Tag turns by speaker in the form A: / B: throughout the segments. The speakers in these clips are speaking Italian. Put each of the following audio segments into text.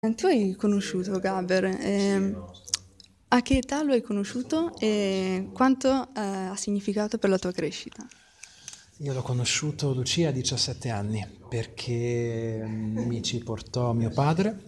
A: Tu hai conosciuto Gaber, a che età lo hai conosciuto e quanto ha significato per la tua crescita?
B: Io l'ho conosciuto, Lucia, a 17 anni perché mi ci portò mio padre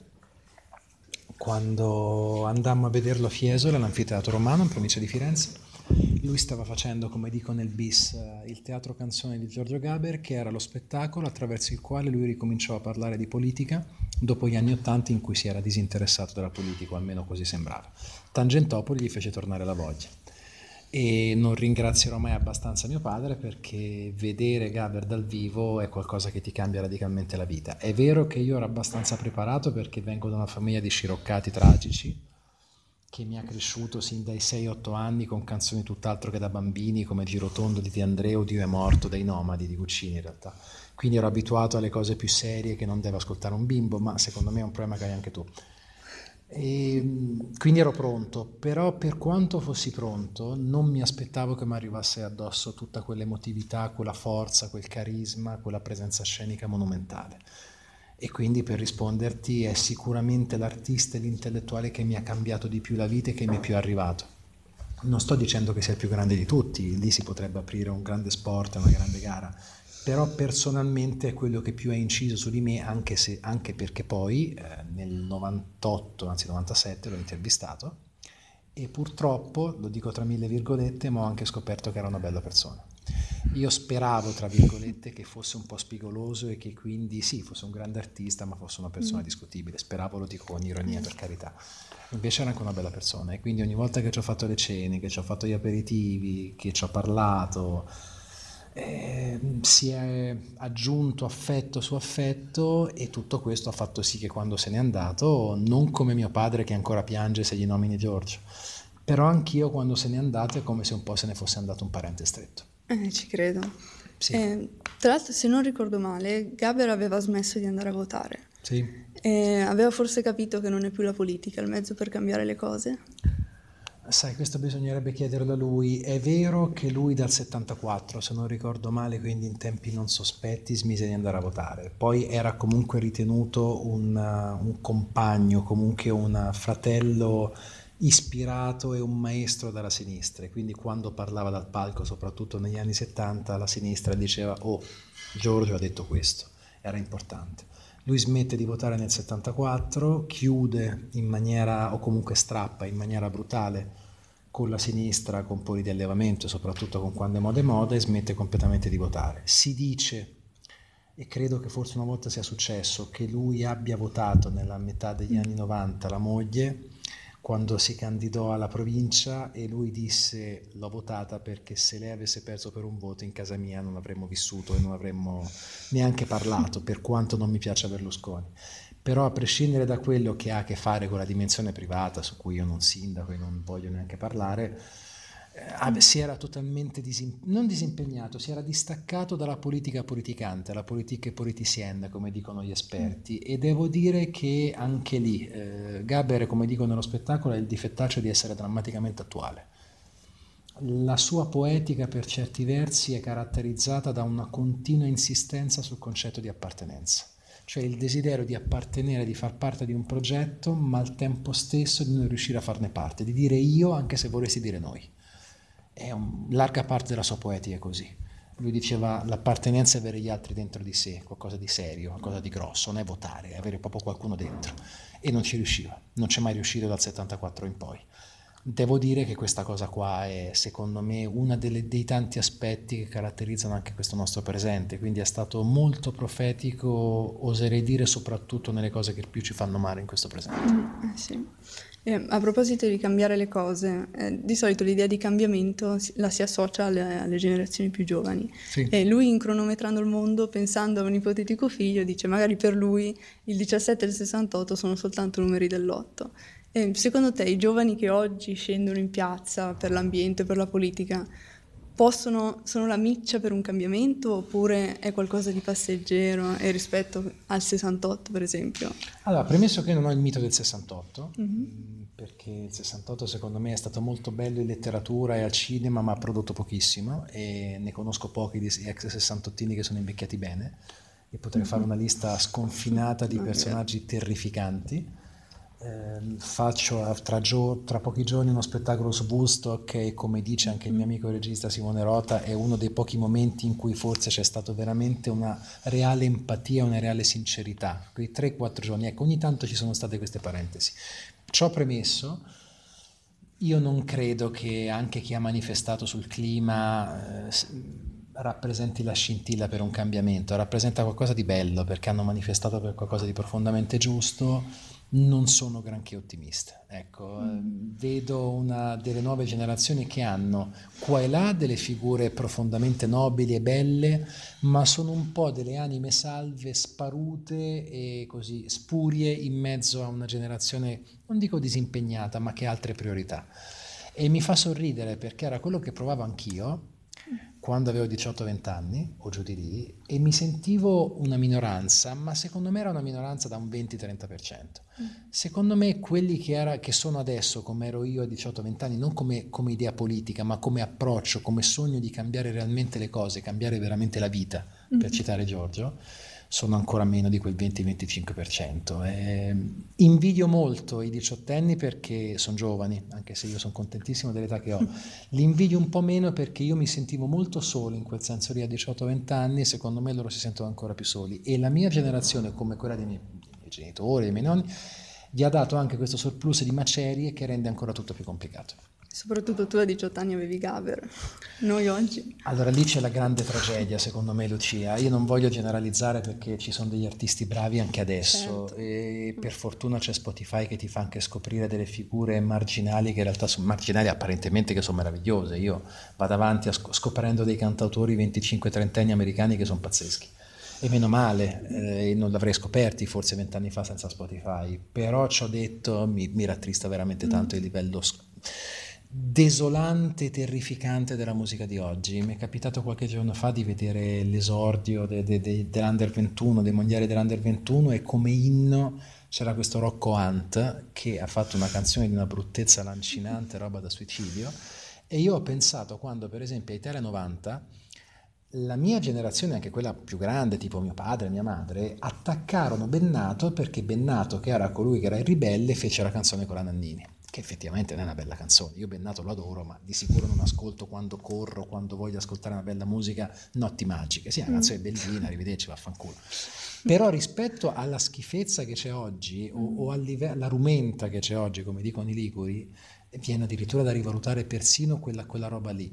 B: quando andammo a vederlo a Fiesole, all'Anfiteatro Romano in provincia di Firenze. Lui stava facendo, come dico nel bis, il teatro canzone di Giorgio Gaber, che era lo spettacolo attraverso il quale lui ricominciò a parlare di politica dopo gli anni '80 in cui si era disinteressato della politica, o almeno così sembrava. Tangentopoli gli fece tornare la voglia. E non ringrazierò mai abbastanza mio padre perché vedere Gaber dal vivo è qualcosa che ti cambia radicalmente la vita. È vero che io ero abbastanza preparato perché vengo da una famiglia di sciroccati tragici che mi ha cresciuto sin dai 6-8 anni con canzoni tutt'altro che da bambini come Girotondo di Di Andreu, Dio è morto dei Nomadi di Guccini in realtà. Quindi ero abituato alle cose più serie che non deve ascoltare un bimbo, ma secondo me è un problema che hai anche tu. E quindi ero pronto, però per quanto fossi pronto non mi aspettavo che mi arrivasse addosso tutta quell'emotività, quella forza, quel carisma, quella presenza scenica monumentale. E quindi per risponderti è sicuramente l'artista e l'intellettuale che mi ha cambiato di più la vita e che mi è più arrivato. Non sto dicendo che sia il più grande di tutti, lì si potrebbe aprire un grande sport, una grande gara, però personalmente è quello che più ha inciso su di me, anche perché poi nel 98, anzi 97 l'ho intervistato e purtroppo, lo dico tra mille virgolette, ma ho anche scoperto che era una bella persona. Io speravo, tra virgolette, che fosse un po' spigoloso e che quindi sì, fosse un grande artista, ma fosse una persona
A: Mm.
B: discutibile. Speravo, lo dico con ironia, per carità. Invece era anche una bella persona e quindi ogni volta che ci ho fatto le cene, che ci ho fatto gli aperitivi, che ci ho parlato, si è aggiunto affetto su affetto e tutto questo ha fatto sì che quando se n'è andato, non come mio padre che ancora piange se gli nomini Giorgio, però anch'io quando se n'è andato è come se un po' se ne fosse andato un parente stretto.
A: Ci credo.
B: Sì,
A: Tra l'altro, se non ricordo male, Gaber aveva smesso di andare a votare.
B: sì.
A: Aveva forse capito che non è più la politica il mezzo per cambiare le cose?
B: Sai, questo bisognerebbe chiederlo a lui. È vero che lui dal 74, se non ricordo male, quindi in tempi non sospetti, smise di andare a votare. Poi era comunque ritenuto un compagno, comunque un fratello ispirato e un maestro dalla sinistra. E quindi quando parlava dal palco, soprattutto negli anni 70, la sinistra diceva: "Oh, Giorgio ha detto questo". Era importante. Lui smette di votare nel 74, chiude in maniera, o comunque strappa in maniera brutale con la sinistra, con poli di allevamento, soprattutto con quando è moda, e smette completamente di votare. Si dice, e credo che forse una volta sia successo, che lui abbia votato nella metà degli anni 90 la moglie quando si candidò alla provincia e lui disse l'ho votata perché se lei avesse perso per un voto in casa mia non avremmo vissuto e non avremmo neanche parlato, per quanto non mi piaccia Berlusconi. Però a prescindere da quello che ha a che fare con la dimensione privata, su cui io non sindaco e non voglio neanche parlare, si era totalmente non disimpegnato, si era distaccato dalla politica politicante, la politica politicienne, come dicono gli esperti, e devo dire che anche lì Gaber, come dico nello spettacolo, ha il difettaccio di essere drammaticamente attuale. La sua poetica per certi versi è caratterizzata da una continua insistenza sul concetto di appartenenza, cioè il desiderio di appartenere, di far parte di un progetto, ma al tempo stesso di non riuscire a farne parte, di dire io anche se volessi dire noi. Larga parte della sua poetica è così. Lui diceva l'appartenenza è avere gli altri dentro di sé, qualcosa di serio, qualcosa di grosso, non è votare, è avere proprio qualcuno dentro. E non ci riusciva, non c'è mai riuscito dal 74 in poi. Devo dire che questa cosa qua è, secondo me, uno dei tanti aspetti che caratterizzano anche questo nostro presente, quindi è stato molto profetico, oserei dire, soprattutto nelle cose che più ci fanno male in questo presente.
A: Sì. A proposito di cambiare le cose, di solito l'idea di cambiamento la si associa alle generazioni più giovani. E
B: Sì.
A: lui, in cronometrando il mondo, pensando a un ipotetico figlio, dice magari per lui il 17 e il 68 sono soltanto numeri dell'otto. Secondo te i giovani che oggi scendono in piazza per l'ambiente, per la politica, sono la miccia per un cambiamento oppure è qualcosa di passeggero e rispetto al 68 per esempio?
B: Allora, premesso che io non ho il mito del 68,
A: Mhm.
B: perché il 68 secondo me è stato molto bello in letteratura e al cinema, ma ha prodotto pochissimo e ne conosco pochi di ex sessantottini che sono invecchiati bene e potrei fare una lista sconfinata di
A: No, è vero.
B: personaggi terrificanti. Faccio tra pochi giorni uno spettacolo su Woodstock e, come dice anche il mio amico regista Simone Rota, è uno dei pochi momenti in cui forse c'è stato veramente una reale empatia, una reale sincerità, quei 3-4 giorni. Ecco, ogni tanto ci sono state queste parentesi. Ciò premesso, io non credo che anche chi ha manifestato sul clima rappresenti la scintilla per un cambiamento, rappresenta qualcosa di bello perché hanno manifestato per qualcosa di profondamente giusto. Non sono granché ottimista, ecco, vedo delle nuove generazioni che hanno qua e là delle figure profondamente nobili e belle, ma sono un po' delle anime salve, sparute e così spurie in mezzo a una generazione, non dico disimpegnata, ma che ha altre priorità. E mi fa sorridere perché era quello che provavo anch'io quando avevo 18-20 anni, o giù di lì, e mi sentivo una minoranza, ma secondo me era una minoranza da un 20-30%. Secondo me quelli che sono adesso, come ero io a 18-20 anni, non come idea politica, ma come approccio, come sogno di cambiare realmente le cose, cambiare veramente la vita, per citare Giorgio, sono ancora meno di quel 20-25%. Invidio molto i diciottenni perché sono giovani, anche se io sono contentissimo dell'età che ho. Li invidio un po' meno perché io mi sentivo molto solo in quel senso lì a 18-20 anni e secondo me loro si sentono ancora più soli. E la mia generazione, come quella dei miei genitori, dei miei nonni, gli ha dato anche questo surplus di macerie che rende ancora tutto più complicato.
A: Soprattutto tu a 18 anni avevi Gaber, noi oggi.
B: Allora lì c'è la grande tragedia secondo me, Lucia. Io non voglio generalizzare perché ci sono degli artisti bravi anche adesso,
A: Certo.
B: e per fortuna c'è Spotify che ti fa anche scoprire delle figure marginali che in realtà sono marginali apparentemente, che sono meravigliose. Io vado avanti scoprendo dei cantautori 25-30 anni americani che sono pazzeschi. E meno male, non l'avrei scoperti forse 20 anni fa senza Spotify, però ci ho detto, mi rattrista veramente tanto il livello desolante e terrificante della musica di oggi. Mi è capitato qualche giorno fa di vedere l'esordio dell'Under 21, dei mondiali dell'Under 21, e come inno c'era questo Rocco Hunt che ha fatto una canzone di una bruttezza lancinante, roba da suicidio, e io ho pensato quando per esempio ai Tele 90 la mia generazione, anche quella più grande, tipo mio padre e mia madre, attaccarono Bennato perché Bennato, che era colui che era il ribelle, fece la canzone con la Nannini, che effettivamente non è una bella canzone. Io Bennato lo adoro, ma di sicuro non ascolto quando corro, quando voglio ascoltare una bella musica, Notti Magiche. Sì, è una canzone bellina, arrivederci, vaffanculo. Però rispetto alla schifezza che c'è oggi, o alla rumenta che c'è oggi, come dicono i liguri, viene addirittura da rivalutare persino quella roba lì.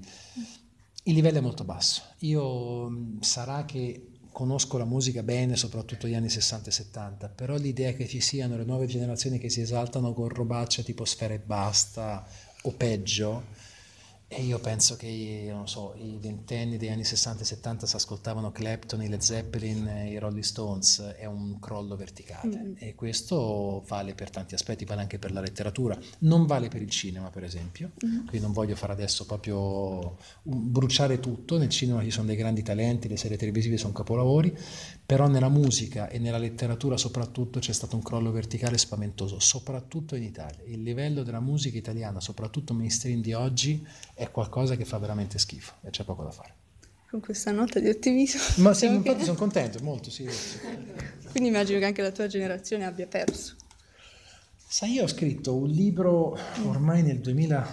B: Il livello è molto basso. Io sarà che conosco la musica bene, soprattutto gli anni 60 e 70, però l'idea che ci siano le nuove generazioni che si esaltano con robacce tipo Sfera e Basta o peggio, e io penso che, non so, i ventenni degli anni 60 e 70 si ascoltavano Clapton, i Led Zeppelin, i Rolling Stones, è un crollo verticale. E questo vale per tanti aspetti, vale anche per la letteratura, non vale per il cinema per esempio, quindi non voglio fare adesso proprio bruciare tutto. Nel cinema ci sono dei grandi talenti, le serie televisive sono capolavori, però nella musica e nella letteratura soprattutto c'è stato un crollo verticale spaventoso, soprattutto in Italia. Il livello della musica italiana, soprattutto mainstream di oggi, è qualcosa che fa veramente schifo e c'è poco da fare.
A: Con questa nota di ottimismo.
B: Ma sì, infatti sono contento, molto sì.
A: Quindi immagino che anche la tua generazione abbia perso.
B: Sai, io ho scritto un libro ormai nel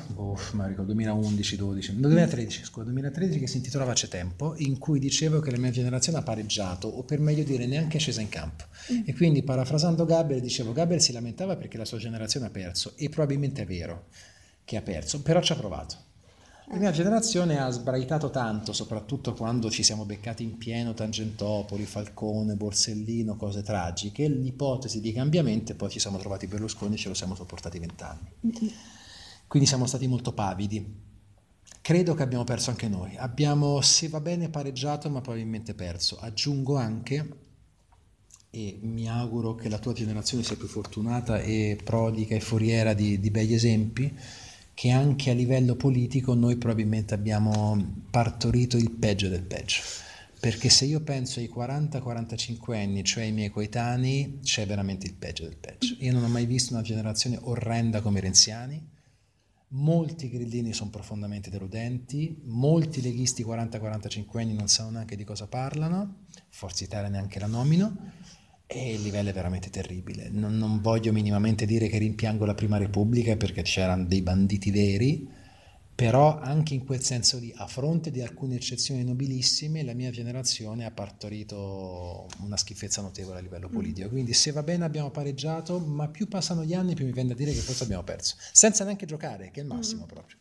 B: 2013, che si intitolava C'è tempo, in cui dicevo che la mia generazione ha pareggiato, o per meglio dire neanche è scesa in campo. E quindi, parafrasando Gabriel, dicevo: Gabriel si lamentava perché la sua generazione ha perso, e probabilmente è vero che ha perso, però ci ha provato. La mia generazione ha sbraitato tanto, soprattutto quando ci siamo beccati in pieno Tangentopoli, Falcone, Borsellino, cose tragiche, l'ipotesi di cambiamento, e poi ci siamo trovati Berlusconi e ce lo siamo sopportati 20 anni. Quindi siamo stati molto pavidi. Credo che abbiamo perso anche noi. Abbiamo, se va bene, pareggiato, ma probabilmente perso. Aggiungo anche, e mi auguro che la tua generazione sia più fortunata e prodiga e foriera di begli esempi, che anche a livello politico noi probabilmente abbiamo partorito il peggio del peggio, perché se io penso ai 40-45 anni, cioè ai miei coetanei, c'è veramente il peggio del peggio. Io non ho mai visto una generazione orrenda come i renziani, molti grillini sono profondamente deludenti, molti leghisti 40-45 anni non sanno neanche di cosa parlano, Forza Italia neanche la nomino, E il livello è veramente terribile. Non voglio minimamente dire che rimpiango la Prima Repubblica perché c'erano dei banditi veri, però anche in quel senso lì, a fronte di alcune eccezioni nobilissime, la mia generazione ha partorito una schifezza notevole a livello politico. Quindi se va bene abbiamo pareggiato, ma più passano gli anni più mi viene da dire che forse abbiamo perso, senza neanche giocare, che è il massimo proprio.